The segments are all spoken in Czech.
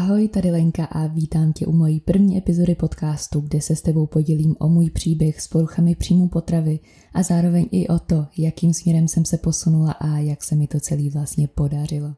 Ahoj, tady Lenka a vítám tě u mojí první epizody podcastu, kde se s tebou podělím o můj příběh s poruchami příjmu potravy a zároveň i o to, jakým směrem jsem se posunula a jak se mi to celý vlastně podařilo.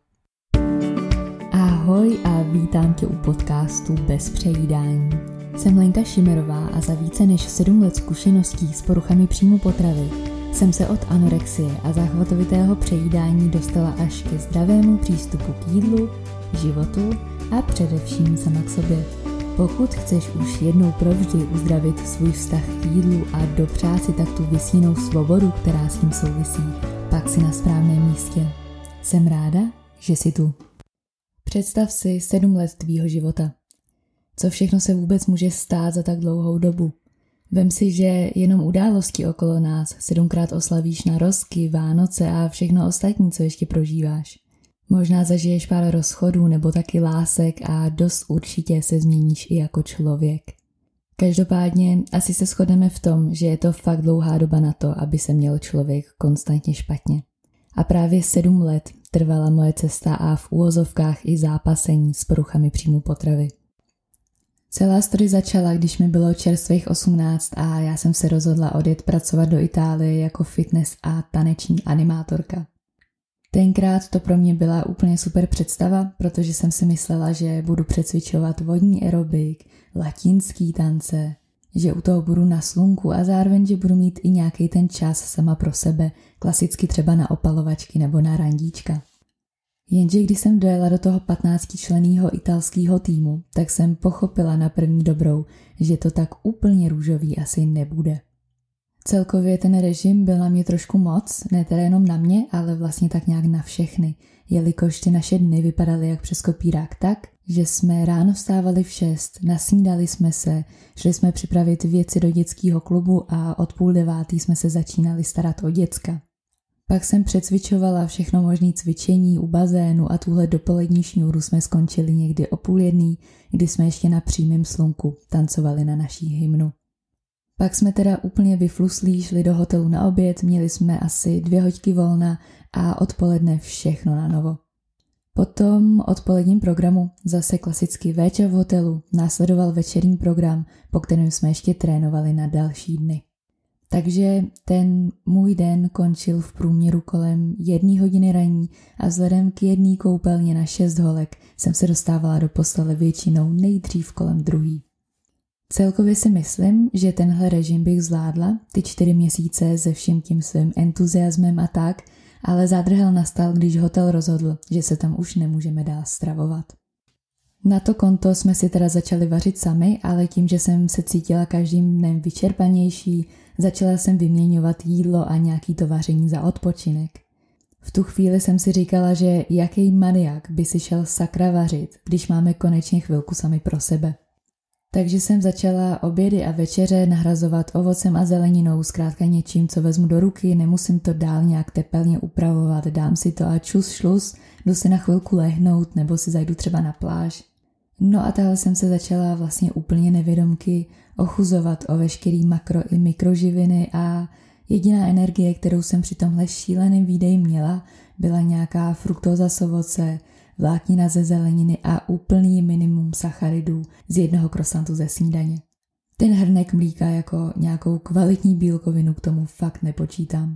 Ahoj a vítám tě u podcastu Bez přejídání. Jsem Lenka Šimerová a za více než 7 let zkušeností s poruchami příjmu potravy jsem se od anorexie a záchvatovitého přejídání dostala až ke zdravému přístupu k jídlu, životu a především sama k sobě. Pokud chceš už jednou provždy uzdravit svůj vztah k jídlu a dopřát si tak tu vysněnou svobodu, která s ním souvisí, pak si na správném místě. Jsem ráda, že jsi tu. Představ si 7 let tvýho života. Co všechno se vůbec může stát za tak dlouhou dobu? Vem si, že jenom události okolo nás 7krát oslavíš narozky, Vánoce a všechno ostatní, co ještě prožíváš. Možná zažiješ pár rozchodů nebo taky lásek a dost určitě se změníš i jako člověk. Každopádně asi se shodneme v tom, že je to fakt dlouhá doba na to, aby se měl člověk konstantně špatně. A právě 7 let trvala moje cesta a v uvozovkách i zápasení s poruchami příjmu potravy. Celá story začala, když mi bylo čerstvých 18 a já jsem se rozhodla odjet pracovat do Itálie jako fitness a taneční animátorka. Tenkrát to pro mě byla úplně super představa, protože jsem si myslela, že budu přecvičovat vodní aerobik, latinský tance, že u toho budu na slunku a zároveň, že budu mít i nějaký ten čas sama pro sebe, klasicky třeba na opalovačky nebo na randíčka. Jenže když jsem dojela do toho 15členného italského týmu, tak jsem pochopila na první dobrou, že to tak úplně růžový asi nebude. Celkově ten režim byl na mě trošku moc, ne teda jenom na mě, ale vlastně tak nějak na všechny, jelikož ty naše dny vypadaly jak přes kopírák tak, že jsme ráno vstávali v 6, nasnídali jsme se, šli jsme připravit věci do dětského klubu a od 8:30 jsme se začínali starat o děcka. Pak jsem přecvičovala všechno možné cvičení u bazénu a tuhle dopolední šňůru jsme skončili někdy o 12:30, kdy jsme ještě na přímém slunku tancovali na naší hymnu. Pak jsme teda úplně vyfluslí šli do hotelu na oběd, měli jsme asi 2 hoďky volna a odpoledne všechno na novo. Po tom odpoledním programu zase klasicky večer v hotelu následoval večerní program, po kterém jsme ještě trénovali na další dny. Takže ten můj den končil v průměru kolem 1 hodiny raní a vzhledem k 1 koupelně na 6 holek jsem se dostávala do postele většinou nejdřív kolem 2. Celkově si myslím, že tenhle režim bych zvládla, ty 4 měsíce se vším tím svým entuziasmem a tak, ale zádrhel nastal, když hotel rozhodl, že se tam už nemůžeme dál stravovat. Na to konto jsme si teda začali vařit sami, ale tím, že jsem se cítila každým dnem vyčerpanější, začala jsem vyměňovat jídlo a nějaký to vaření za odpočinek. V tu chvíli jsem si říkala, že jaký maniak by si šel sakra vařit, když máme konečně chvilku sami pro sebe. Takže jsem začala obědy a večeře nahrazovat ovocem a zeleninou, zkrátka něčím, co vezmu do ruky, nemusím to dál nějak tepelně upravovat, dám si to a čus šlus, jdu si na chvilku lehnout nebo si zajdu třeba na pláž. No a tahle jsem se začala vlastně úplně nevědomky ochuzovat o veškerý makro i mikroživiny a jediná energie, kterou jsem při tomhle šíleném výdeji měla, byla nějaká fruktóza z ovoce, vláknina ze zeleniny a úplný minimum sacharidů z 1 krosantu ze snídaně. Ten hrnek mlíka jako nějakou kvalitní bílkovinu k tomu fakt nepočítám.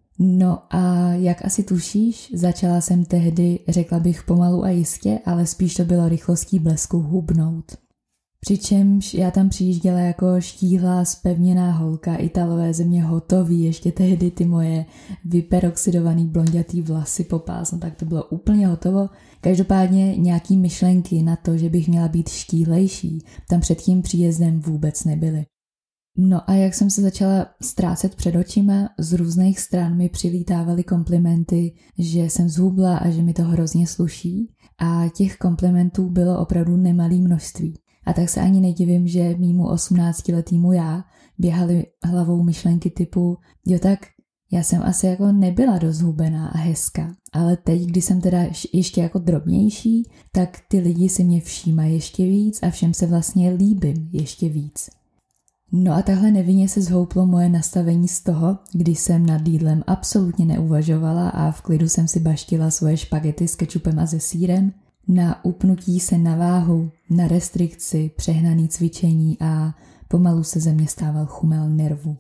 No a jak asi tušíš, začala jsem tehdy, řekla bych pomalu a jistě, ale spíš to bylo rychlostí blesku hubnout. Přičemž já tam přijížděla jako štíhlá, zpevněná holka, Italové ze mě hotový, ještě tehdy ty moje vyperoxidovaný blondětý vlasy popás, no tak to bylo úplně hotovo. Každopádně nějaký myšlenky na to, že bych měla být štíhlejší, tam před tím příjezdem vůbec nebyly. No a jak jsem se začala ztrácet před očima, z různých stran mi přilítávaly komplimenty, že jsem zhubla a že mi to hrozně sluší a těch komplimentů bylo opravdu nemalé množství. A tak se ani nedivím, že mýmu 18letýmu já běhaly hlavou myšlenky typu, jo tak já jsem asi jako nebyla dost hubená a hezká, ale teď, když jsem teda ještě jako drobnější, tak ty lidi si mě všímají ještě víc a všem se vlastně líbím ještě víc. No a tahle nevinně se zhouplo moje nastavení z toho, když jsem nad jídlem absolutně neuvažovala a v klidu jsem si baštila svoje špagety s kečupem a se sýrem. na upnutí se na váhu, na restrikci, přehnaný cvičení a pomalu se ze mě stával chumel nervu.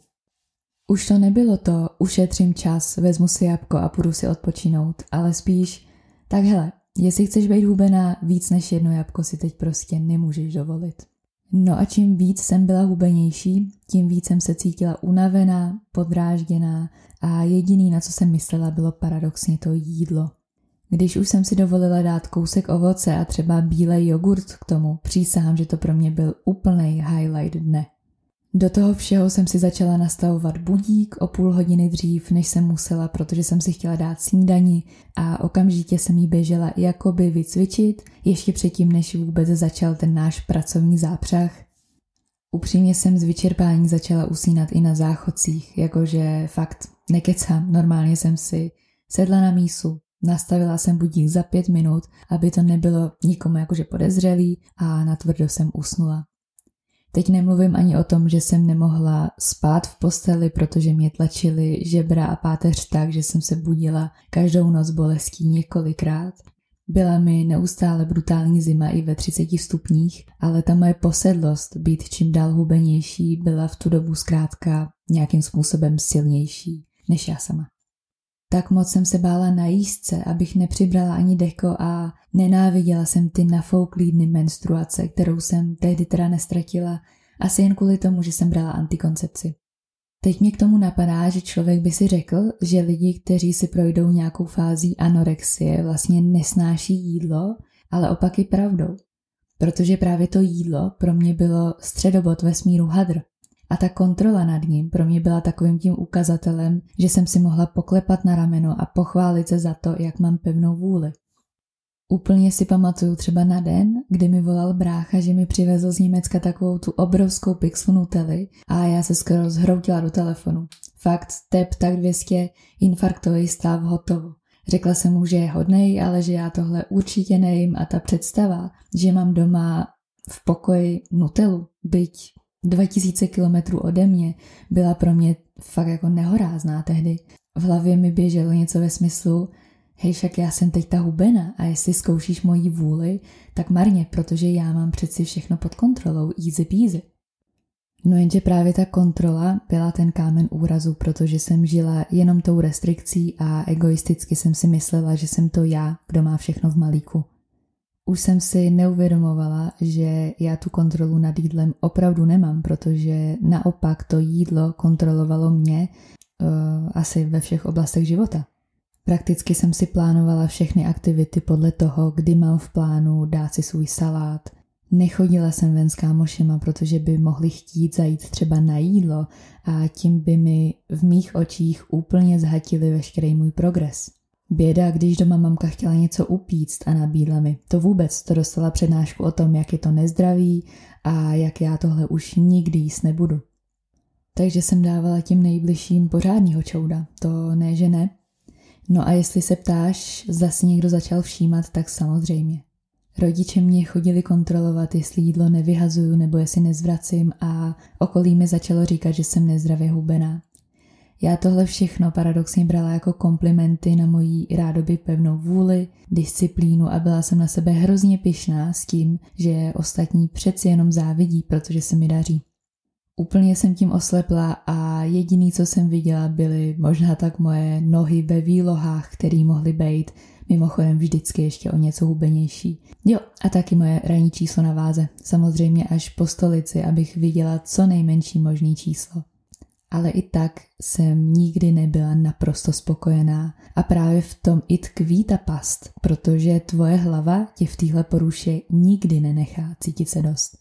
Už to nebylo to, ušetřím čas, vezmu si jabko a půjdu si odpočinout, ale spíš, tak hele, jestli chceš být hubená, víc než jedno jabko si teď prostě nemůžeš dovolit. No a čím víc jsem byla hubenější, tím víc jsem se cítila unavená, podrážděná a jediný, na co jsem myslela, bylo paradoxně to jídlo. Když už jsem si dovolila dát kousek ovoce a třeba bílej jogurt k tomu, přísahám, že to pro mě byl úplnej highlight dne. Do toho všeho jsem si začala nastavovat budík o půl hodiny dřív, než jsem musela, protože jsem si chtěla dát snídani a okamžitě jsem jí běžela jakoby vycvičit, ještě předtím, než vůbec začal ten náš pracovní zápřah. Upřímně jsem z vyčerpání začala usínat i na záchodcích, jakože fakt nekecám, normálně jsem si sedla na mísu, nastavila jsem budík za 5 minut, aby to nebylo nikomu jakože podezřelý a natvrdo jsem usnula. Teď nemluvím ani o tom, že jsem nemohla spát v posteli, protože mě tlačily žebra a páteř tak, že jsem se budila každou noc bolestí několikrát. Byla mi neustále brutální zima i ve 30 stupních, ale ta moje posedlost být čím dál hubenější byla v tu dobu zkrátka nějakým způsobem silnější než já sama. Tak moc jsem se bála najíst se, abych nepřibrala ani deko a nenáviděla jsem ty nafouklý dny menstruace, kterou jsem tehdy teda nestratila, asi jen kvůli tomu, že jsem brala antikoncepci. Teď mě k tomu napadá, že člověk by si řekl, že lidi, kteří si projdou nějakou fází anorexie, vlastně nesnáší jídlo, ale opak je pravdou. Protože právě to jídlo pro mě bylo středobod vesmíru hadr. A ta kontrola nad ním pro mě byla takovým tím ukazatelem, že jsem si mohla poklepat na rameno a pochválit se za to, jak mám pevnou vůli. Úplně si pamatuju třeba na den, kdy mi volal brácha, že mi přivezl z Německa takovou tu obrovskou pixlu Nutelly a já se skoro zhroutila do telefonu. Fakt, tep tak 200, infarktový stav, hotovo. Řekla jsem mu, že je hodnej, ale že já tohle určitě nejím a ta představa, že mám doma v pokoji Nutellu, byť 2000 kilometrů ode mě, byla pro mě fakt jako nehorázná tehdy. V hlavě mi běželo něco ve smyslu, hej, však já jsem teď ta hubena a jestli zkoušíš moji vůli, tak marně, protože já mám přeci všechno pod kontrolou, easy peasy. No jenže právě ta kontrola byla ten kámen úrazu, protože jsem žila jenom tou restrikcí a egoisticky jsem si myslela, že jsem to já, kdo má všechno v malíku. Už jsem si neuvědomovala, že já tu kontrolu nad jídlem opravdu nemám, protože naopak to jídlo kontrolovalo mě asi ve všech oblastech života. Prakticky jsem si plánovala všechny aktivity podle toho, kdy mám v plánu dát si svůj salát. Nechodila jsem ven s kámošema, protože by mohli chtít zajít třeba na jídlo a tím by mi v mých očích úplně zhatili veškerý můj progres. Běda, když doma mamka chtěla něco upíct a nabídla mi. To vůbec, to dostala přednášku o tom, jak je to nezdravý a jak já tohle už nikdy jíst nebudu. Takže jsem dávala tím nejbližším pořádnýho čouda, to ne, že ne. No a jestli se ptáš, zda si někdo začal všímat, tak samozřejmě. Rodiče mě chodili kontrolovat, jestli jídlo nevyhazuju nebo jestli nezvracím a okolí mi začalo říkat, že jsem nezdravě hubená. Já tohle všechno paradoxně brala jako komplimenty na moji rádoby pevnou vůli, disciplínu a byla jsem na sebe hrozně pyšná s tím, že ostatní přeci jenom závidí, protože se mi daří. Úplně jsem tím oslepla a jediný, co jsem viděla, byly možná tak moje nohy ve výlohách, které mohly být mimochodem vždycky ještě o něco hubenější. Jo, a taky moje ranní číslo na váze, samozřejmě až po stolici, abych viděla co nejmenší možný číslo. Ale i tak jsem nikdy nebyla naprosto spokojená a právě v tom i tkví ta past, protože tvoje hlava tě v téhle poruše nikdy nenechá cítit se dost.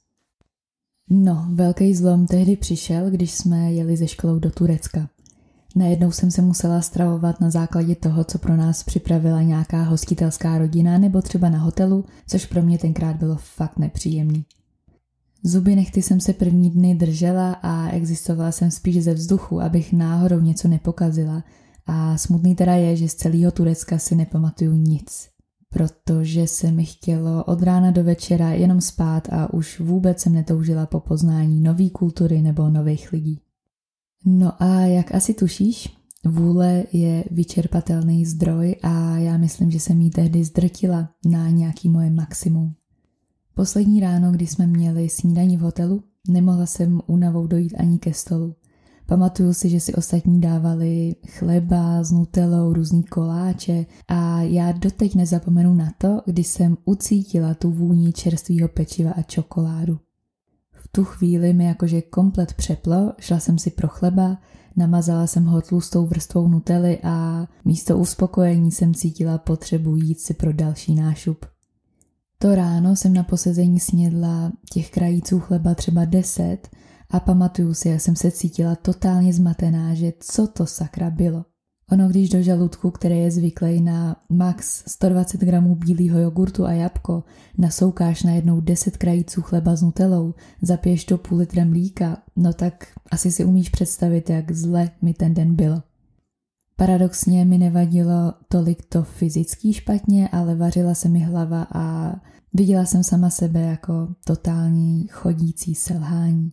No, velký zlom tehdy přišel, když jsme jeli ze školou do Turecka. Najednou jsem se musela stravovat na základě toho, co pro nás připravila nějaká hostitelská rodina nebo třeba na hotelu, což pro mě tenkrát bylo fakt nepříjemný. Zuby nehty jsem se první dny držela a existovala jsem spíš ze vzduchu, abych náhodou něco nepokazila a smutný teda je, že z celého Turecka si nepamatuju nic, protože se mi chtělo od rána do večera jenom spát a už vůbec jsem netoužila po poznání nový kultury nebo nových lidí. No a jak asi tušíš, Vůle je vyčerpatelný zdroj a já myslím, že jsem jí tehdy zdrtila na nějaký moje maximum. Poslední ráno, kdy jsme měli snídani v hotelu, nemohla jsem únavou dojít ani ke stolu. Pamatuju si, že si ostatní dávali chleba s nutellou, různý koláče a já doteď nezapomenu na to, když jsem ucítila tu vůni čerstvého pečiva a čokoládu. V tu chvíli mi jakože komplet přeplo, šla jsem si pro chleba, namazala jsem ho tlustou vrstvou nutelly a místo uspokojení jsem cítila potřebu jít si pro další nášup. To ráno jsem na posezení snědla těch krajíců chleba třeba 10 a pamatuju si, jak jsem se cítila totálně zmatená, že co to sakra bylo. Ono, když do žaludku, který je zvyklý na max 120 gramů bílého jogurtu a jabko, nasoukáš najednou 10 krajíců chleba s nutellou, zapiješ to půl litra mlíka, no tak asi si umíš představit, jak zle mi ten den bylo. Paradoxně mi nevadilo tolik to fyzicky špatně, ale vařila se mi hlava a viděla jsem sama sebe jako totální chodící selhání.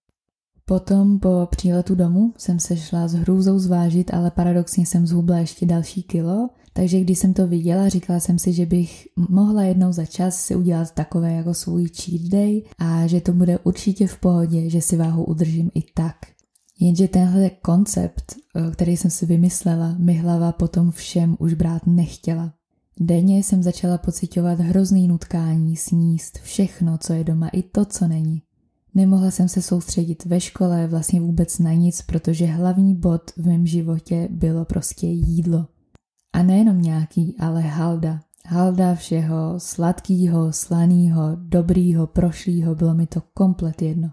Potom po příletu domů jsem se šla s hrůzou zvážit, ale paradoxně jsem zhubla ještě další kilo, takže když jsem to viděla, říkala jsem si, že bych mohla jednou za čas si udělat takové jako svůj cheat day a že to bude určitě v pohodě, že si váhu udržím i tak. Jenže tenhle koncept, který jsem si vymyslela, mi hlava potom všem už brát nechtěla. Denně jsem začala pociťovat hrozný nutkání sníst všechno, co je doma, i to, co není. Nemohla jsem se soustředit ve škole vlastně vůbec na nic, protože hlavní bod v mém životě bylo prostě jídlo. A nejenom nějaký, ale halda. Halda všeho sladkýho, slanýho, dobrýho, prošlýho, bylo mi to komplet jedno.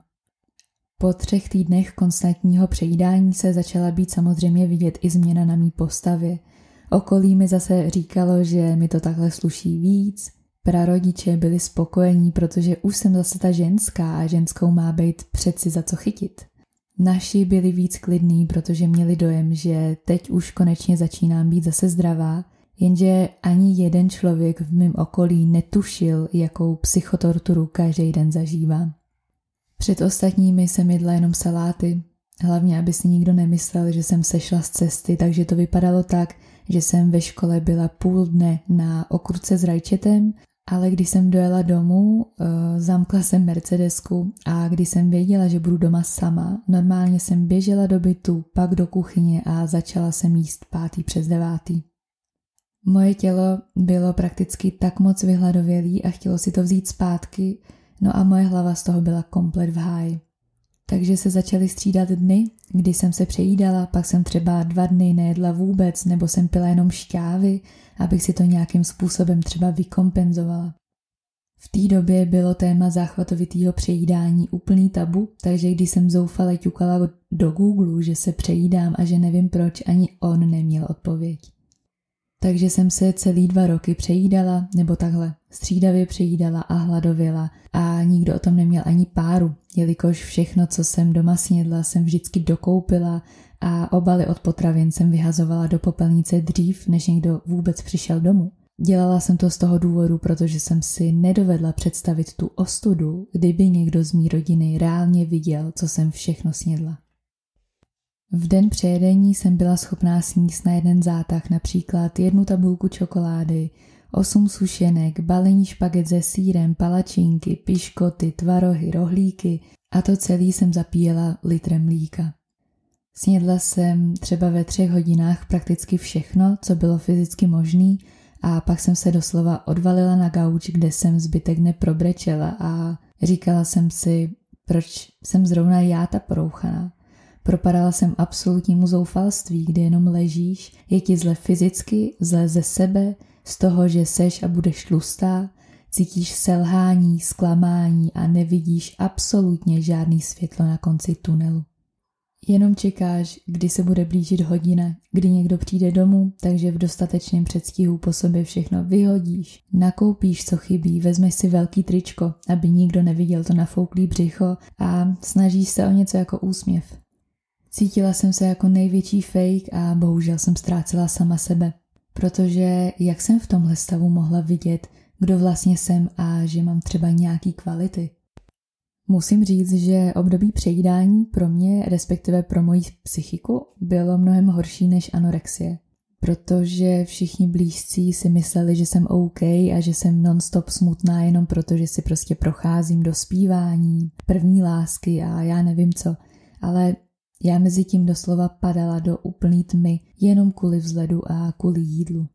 Po 3 týdnech konstantního přejídání se začala být samozřejmě vidět i změna na mý postavě. Okolí mi zase říkalo, že mi to takhle sluší víc. Prarodiče byli spokojení, protože už jsem zase ta ženská a ženskou má být přeci za co chytit. Naši byli víc klidní, protože měli dojem, že teď už konečně začínám být zase zdravá, jenže ani jeden člověk v mém okolí netušil, jakou psychotorturu každý den zažívám. Před ostatními jsem jedla jenom saláty, hlavně aby si nikdo nemyslel, že jsem sešla z cesty, takže to vypadalo tak, že jsem ve škole byla půl dne na okurce s rajčetem, ale když jsem dojela domů, zamkla jsem Mercedesku a když jsem věděla, že budu doma sama, normálně jsem běžela do bytu, pak do kuchyně a začala jsem jíst 8:55. Moje tělo bylo prakticky tak moc vyhladovělý a chtělo si to vzít zpátky, no a moje hlava z toho byla komplet v háji. Takže se začaly střídat dny, kdy jsem se přejídala, pak jsem třeba 2 dny nejedla vůbec, nebo jsem pila jenom šťávy, abych si to nějakým způsobem třeba vykompenzovala. V té době bylo téma záchvatovitého přejídání úplný tabu, takže když jsem zoufale ťukala do Google, že se přejídám a že nevím proč, ani on neměl odpověď. Takže jsem se celý 2 roky přejídala, nebo takhle, střídavě přejídala a hladověla a nikdo o tom neměl ani páru, jelikož všechno, co jsem doma snědla, jsem vždycky dokoupila a obaly od potravin jsem vyhazovala do popelnice dřív, než někdo vůbec přišel domů. Dělala jsem to z toho důvodu, protože jsem si nedovedla představit tu ostudu, kdyby někdo z mý rodiny reálně viděl, co jsem všechno snědla. V den přejedení jsem byla schopná sníst na jeden zátah například 1 tabulku čokolády, 8 sušenek, balení špaget se sýrem, palačinky, piškoty, tvarohy, rohlíky a to celý jsem zapíjela litrem mlíka. Snědla jsem třeba ve 3 hodinách prakticky všechno, co bylo fyzicky možný a pak jsem se doslova odvalila na gauč, kde jsem zbytek dne probrečela a říkala jsem si, proč jsem zrovna já ta porouchaná. Propadala jsem absolutnímu zoufalství, kdy jenom ležíš, je ti zle fyzicky, zle ze sebe, z toho, že seš a budeš tlustá, cítíš selhání, zklamání a nevidíš absolutně žádný světlo na konci tunelu. Jenom čekáš, kdy se bude blížit hodina, kdy někdo přijde domů, takže v dostatečném předstihu po sobě všechno vyhodíš, nakoupíš, co chybí, vezmeš si velký tričko, aby nikdo neviděl to nafouklý břicho a snažíš se o něco jako úsměv. Cítila jsem se jako největší fake a bohužel jsem ztrácela sama sebe, protože jak jsem v tomhle stavu mohla vidět, kdo vlastně jsem a že mám třeba nějaký kvality. Musím říct, že období přejídání pro mě, respektive pro moji psychiku, bylo mnohem horší než anorexie. Protože všichni blízcí si mysleli, že jsem OK a že jsem non-stop smutná jenom proto, že si prostě procházím dospívání, první lásky a já nevím co. Ale já mezi tím doslova padala do úplný tmy jenom kvůli vzhledu a kvůli jídlu.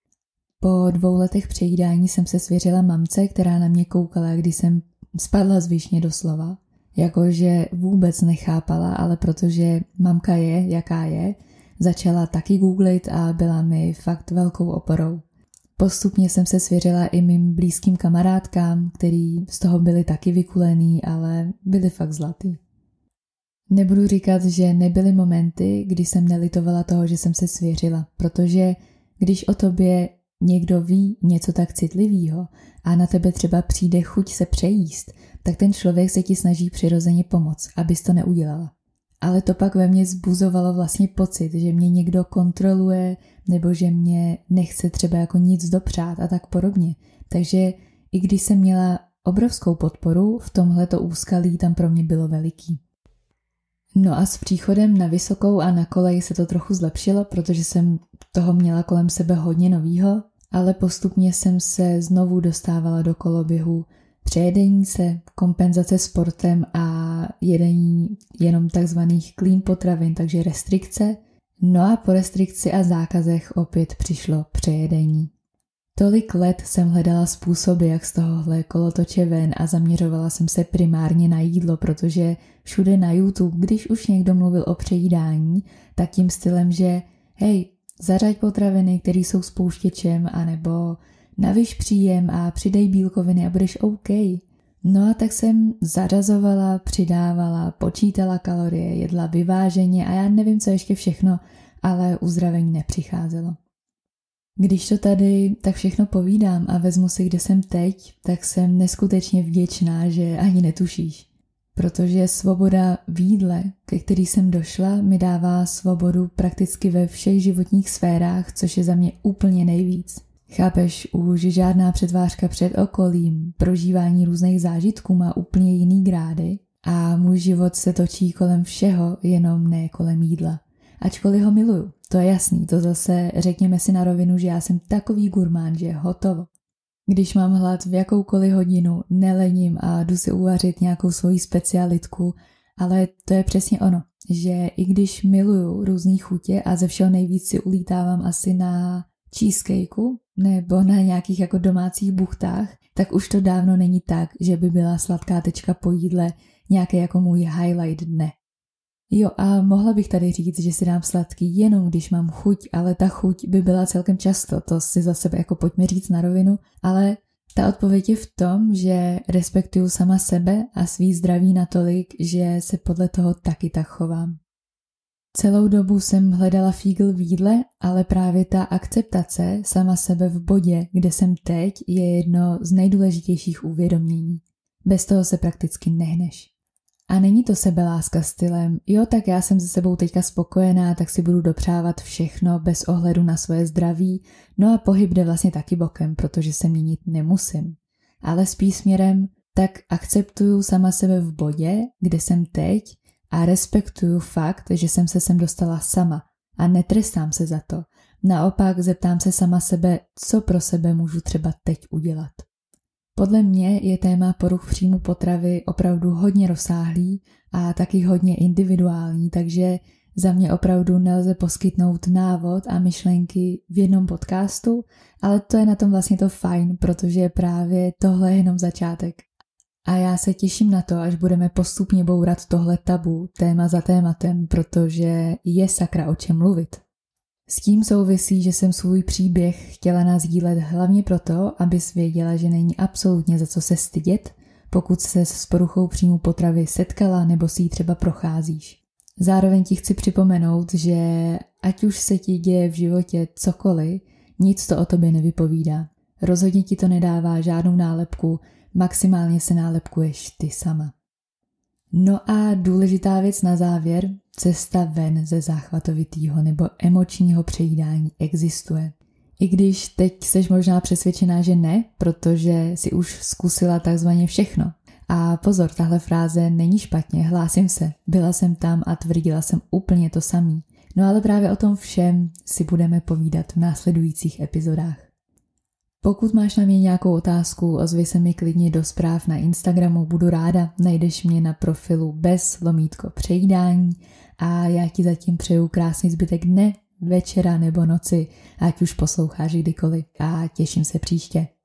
Po 2 letech přejídání jsem se svěřila mamce, která na mě koukala, když jsem spadla z višně doslova. Jakože vůbec nechápala, ale protože mamka je, jaká je, začala taky googlit a byla mi fakt velkou oporou. Postupně jsem se svěřila i mým blízkým kamarádkám, který z toho byli taky vykulený, ale byli fakt zlatý. Nebudu říkat, že nebyly momenty, kdy jsem nelitovala toho, že jsem se svěřila, protože když o tobě někdo ví něco tak citlivého a na tebe třeba přijde chuť se přejíst, tak ten člověk se ti snaží přirozeně pomoct, abys to neudělala. Ale to pak ve mně zbuzovalo vlastně pocit, že mě někdo kontroluje nebo že mě nechce třeba jako nic dopřát a tak podobně. Takže i když jsem měla obrovskou podporu, v tomhleto úskalí tam pro mě bylo veliký. No a s příchodem na vysokou a na kolej se to trochu zlepšilo, protože jsem toho měla kolem sebe hodně novýho, ale postupně jsem se znovu dostávala do koloběhu přejedení se, kompenzace sportem a jedení jenom takzvaných clean potravin, takže restrikce. No a po restrikci a zákazech opět přišlo přejedení. Tolik let jsem hledala způsoby, jak z tohohle kolotoče ven a zaměřovala jsem se primárně na jídlo, protože všude na YouTube, když už někdo mluvil o přejídání, tak tím stylem, že hej, zařaď potraviny, které jsou spouštěčem, anebo navyš příjem a přidej bílkoviny a budeš OK. No a tak jsem zařazovala, přidávala, počítala kalorie, jedla vyváženě a já nevím, co ještě všechno, ale uzdravení nepřicházelo. Když to tady tak všechno povídám a vezmu si, kde jsem teď, tak jsem neskutečně vděčná, že ani netušíš. Protože svoboda v jídle, ke který jsem došla, mi dává svobodu prakticky ve všech životních sférách, což je za mě úplně nejvíc. Chápeš, už žádná přetvářka před okolím, prožívání různých zážitků má úplně jiný grády a můj život se točí kolem všeho, jenom ne kolem jídla. Ačkoliv ho miluju, to je jasný, to zase řekněme si na rovinu, že já jsem takový gurmán, že hotovo. Když mám hlad v jakoukoliv hodinu, nelením a jdu si uvařit nějakou svoji specialitku, ale to je přesně ono, že i když miluju různý chutě a ze všeho nejvíc si ulítávám asi na cheesecakeu nebo na nějakých jako domácích buchtách, tak už to dávno není tak, že by byla sladká tečka po jídle nějaký jako můj highlight dne. Jo a mohla bych tady říct, že si dám sladký jenom když mám chuť, ale ta chuť by byla celkem často, to si za sebe jako pojďme říct na rovinu, ale ta odpověď je v tom, že respektuju sama sebe a svý zdraví natolik, že se podle toho taky tak chovám. Celou dobu jsem hledala fígl v jídle, ale právě ta akceptace sama sebe v bodě, kde jsem teď, je jedno z nejdůležitějších uvědomění. Bez toho se prakticky nehneš. A není to sebeláska stylem, jo tak já jsem se sebou teďka spokojená, tak si budu dopřávat všechno bez ohledu na svoje zdraví, no a pohyb jde vlastně taky bokem, protože se měnit nemusím. Ale spíš směrem, tak akceptuju sama sebe v bodě, kde jsem teď a respektuju fakt, že jsem se sem dostala sama a netrestám se za to. Naopak zeptám se sama sebe, co pro sebe můžu třeba teď udělat. Podle mě je téma poruch příjmu potravy opravdu hodně rozsáhlý a taky hodně individuální, takže za mě opravdu nelze poskytnout návod a myšlenky v jednom podcastu, ale to je na tom vlastně to fajn, protože právě tohle je jenom začátek. A já se těším na to, až budeme postupně bourat tohle tabu téma za tématem, protože je sakra o čem mluvit. S tím souvisí, že jsem svůj příběh chtěla nasdílet hlavně proto, abys věděla, že není absolutně za co se stydět, pokud se s poruchou příjmu potravy setkala nebo si ji třeba procházíš. Zároveň ti chci připomenout, že ať už se ti děje v životě cokoliv, nic to o tobě nevypovídá. Rozhodně ti to nedává žádnou nálepku, maximálně se nálepkuješ ty sama. No a důležitá věc na závěr, cesta ven ze záchvatovitýho nebo emočního přejídání existuje. I když teď seš možná přesvědčená, že ne, protože si už zkusila takzvaně všechno. A pozor, tahle fráze není špatně, hlásím se, byla jsem tam a tvrdila jsem úplně to samý. No ale právě o tom všem si budeme povídat v následujících epizodách. Pokud máš na mě nějakou otázku, ozvi se mi klidně do zpráv na Instagramu, budu ráda, najdeš mě na profilu bez_přejídání a já ti zatím přeju krásný zbytek dne, večera nebo noci, ať už posloucháš kdykoliv a těším se příště.